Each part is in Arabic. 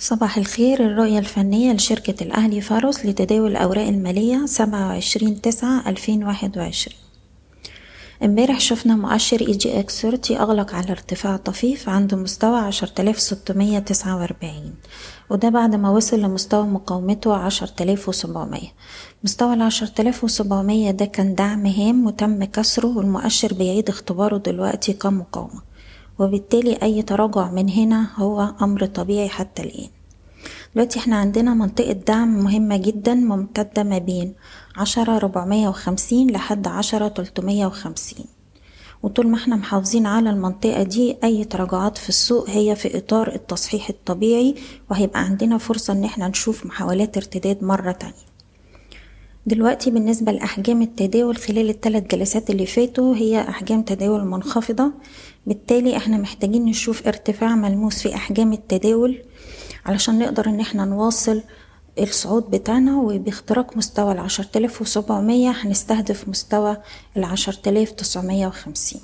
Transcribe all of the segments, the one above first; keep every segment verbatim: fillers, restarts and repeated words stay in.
صباح الخير. الرؤية الفنية لشركة الأهلي فاروس لتداول الأوراق المالية سبعة وعشرين تسعة ألفين وواحد وعشرين. امبارح شفنا مؤشر اي جي اكس ثلاثين أغلق على ارتفاع طفيف عند مستوى عشرة آلاف ستمية تسعة وأربعين، وده بعد ما وصل لمستوى مقاومته عشرة آلاف وسبعمية. مستوى العشرة آلاف وسبعمية ده كان دعم هام وتم كسره، والمؤشر بيعيد اختباره دلوقتي كمقاومة، وبالتالي أي تراجع من هنا هو أمر طبيعي حتى الآن. دلوقتي احنا عندنا منطقة دعم مهمة جدا ممتدة ما بين عشرة ربعمية وخمسين لحد عشرة تلتمية وخمسين، وطول ما احنا محافظين على المنطقة دي أي تراجعات في السوق هي في إطار التصحيح الطبيعي، وهيبقى عندنا فرصة ان احنا نشوف محاولات ارتداد مرة تانية. دلوقتي بالنسبة لأحجام التداول خلال الثلاث جلسات اللي فاتوا هي أحجام تداول منخفضة، بالتالي احنا محتاجين نشوف ارتفاع ملموس في أحجام التداول علشان نقدر ان احنا نواصل الصعود بتاعنا، وباختراق مستوى العشرة آلاف وسبعمية هنستهدف مستوى العشرة آلاف تسعمية وخمسين.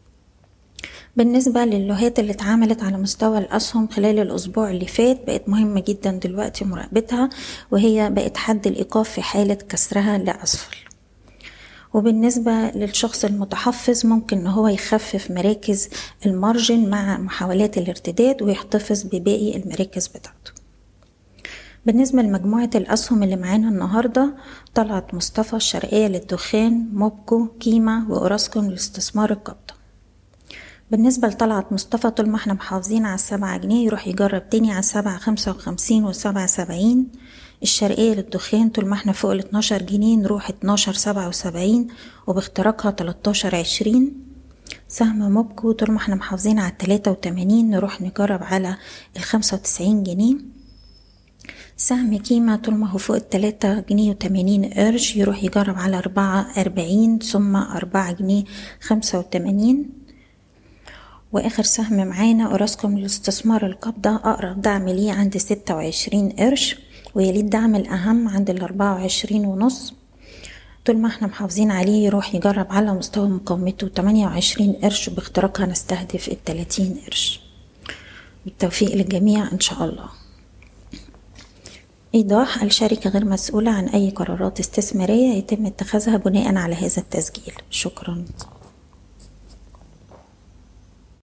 بالنسبة للوهات اللي اتعاملت على مستوى الأسهم خلال الأسبوع اللي فات بقت مهمة جدا دلوقتي مراقبتها، وهي بقت حد الإيقاف في حالة كسرها لأسفل. وبالنسبة للشخص المتحفظ ممكن ان هو يخفف مراكز المارجن مع محاولات الارتداد ويحتفظ بباقي المراكز بتاعته. بالنسبة لمجموعة الأسهم اللي معانا النهاردة، طلعت مصطفى الشرقية للدخان، موبكو، كيما، وأوراسكوم للاستثمار القبضة. بالنسبة لطلعت مصطفى طول ما احنا محافظين على السبعة جنيه يروح يجرب تاني على السبعة خمسة وخمسين والسبعة سبعين. الشرقية للدخان طول ما احنا فوق الاتناشر جنيه نروح اتناشر سبعة وسبعين وباختراقها تلاتاشر عشرين. سهم موبكو طول ما احنا محافظين على التلاتة وتمانين نروح نجرب على الخمسة وتسعين جنيه. سهم كيما طول ما هو فوق التلاتة جنيه وتمانين قرش يروح يجرب على اربعة اربعين ثم اربعة جنيه خمسة وتمانين. واخر سهم معانا اوراسكوم للاستثمار القبضة، اقرب دعم ليه عند ستة وعشرين قرش، ويليه الدعم الاهم عند الاربعة وعشرين ونص. طول ما احنا محافظين عليه يروح يجرب على مستوى مقاومته تمانية وعشرين قرش، باختراقها نستهدف التلاتين قرش. بالتوفيق للجميع ان شاء الله. ايضاح: الشركة غير مسؤولة عن اي قرارات استثمارية يتم اتخاذها بناء على هذا التسجيل. شكرا.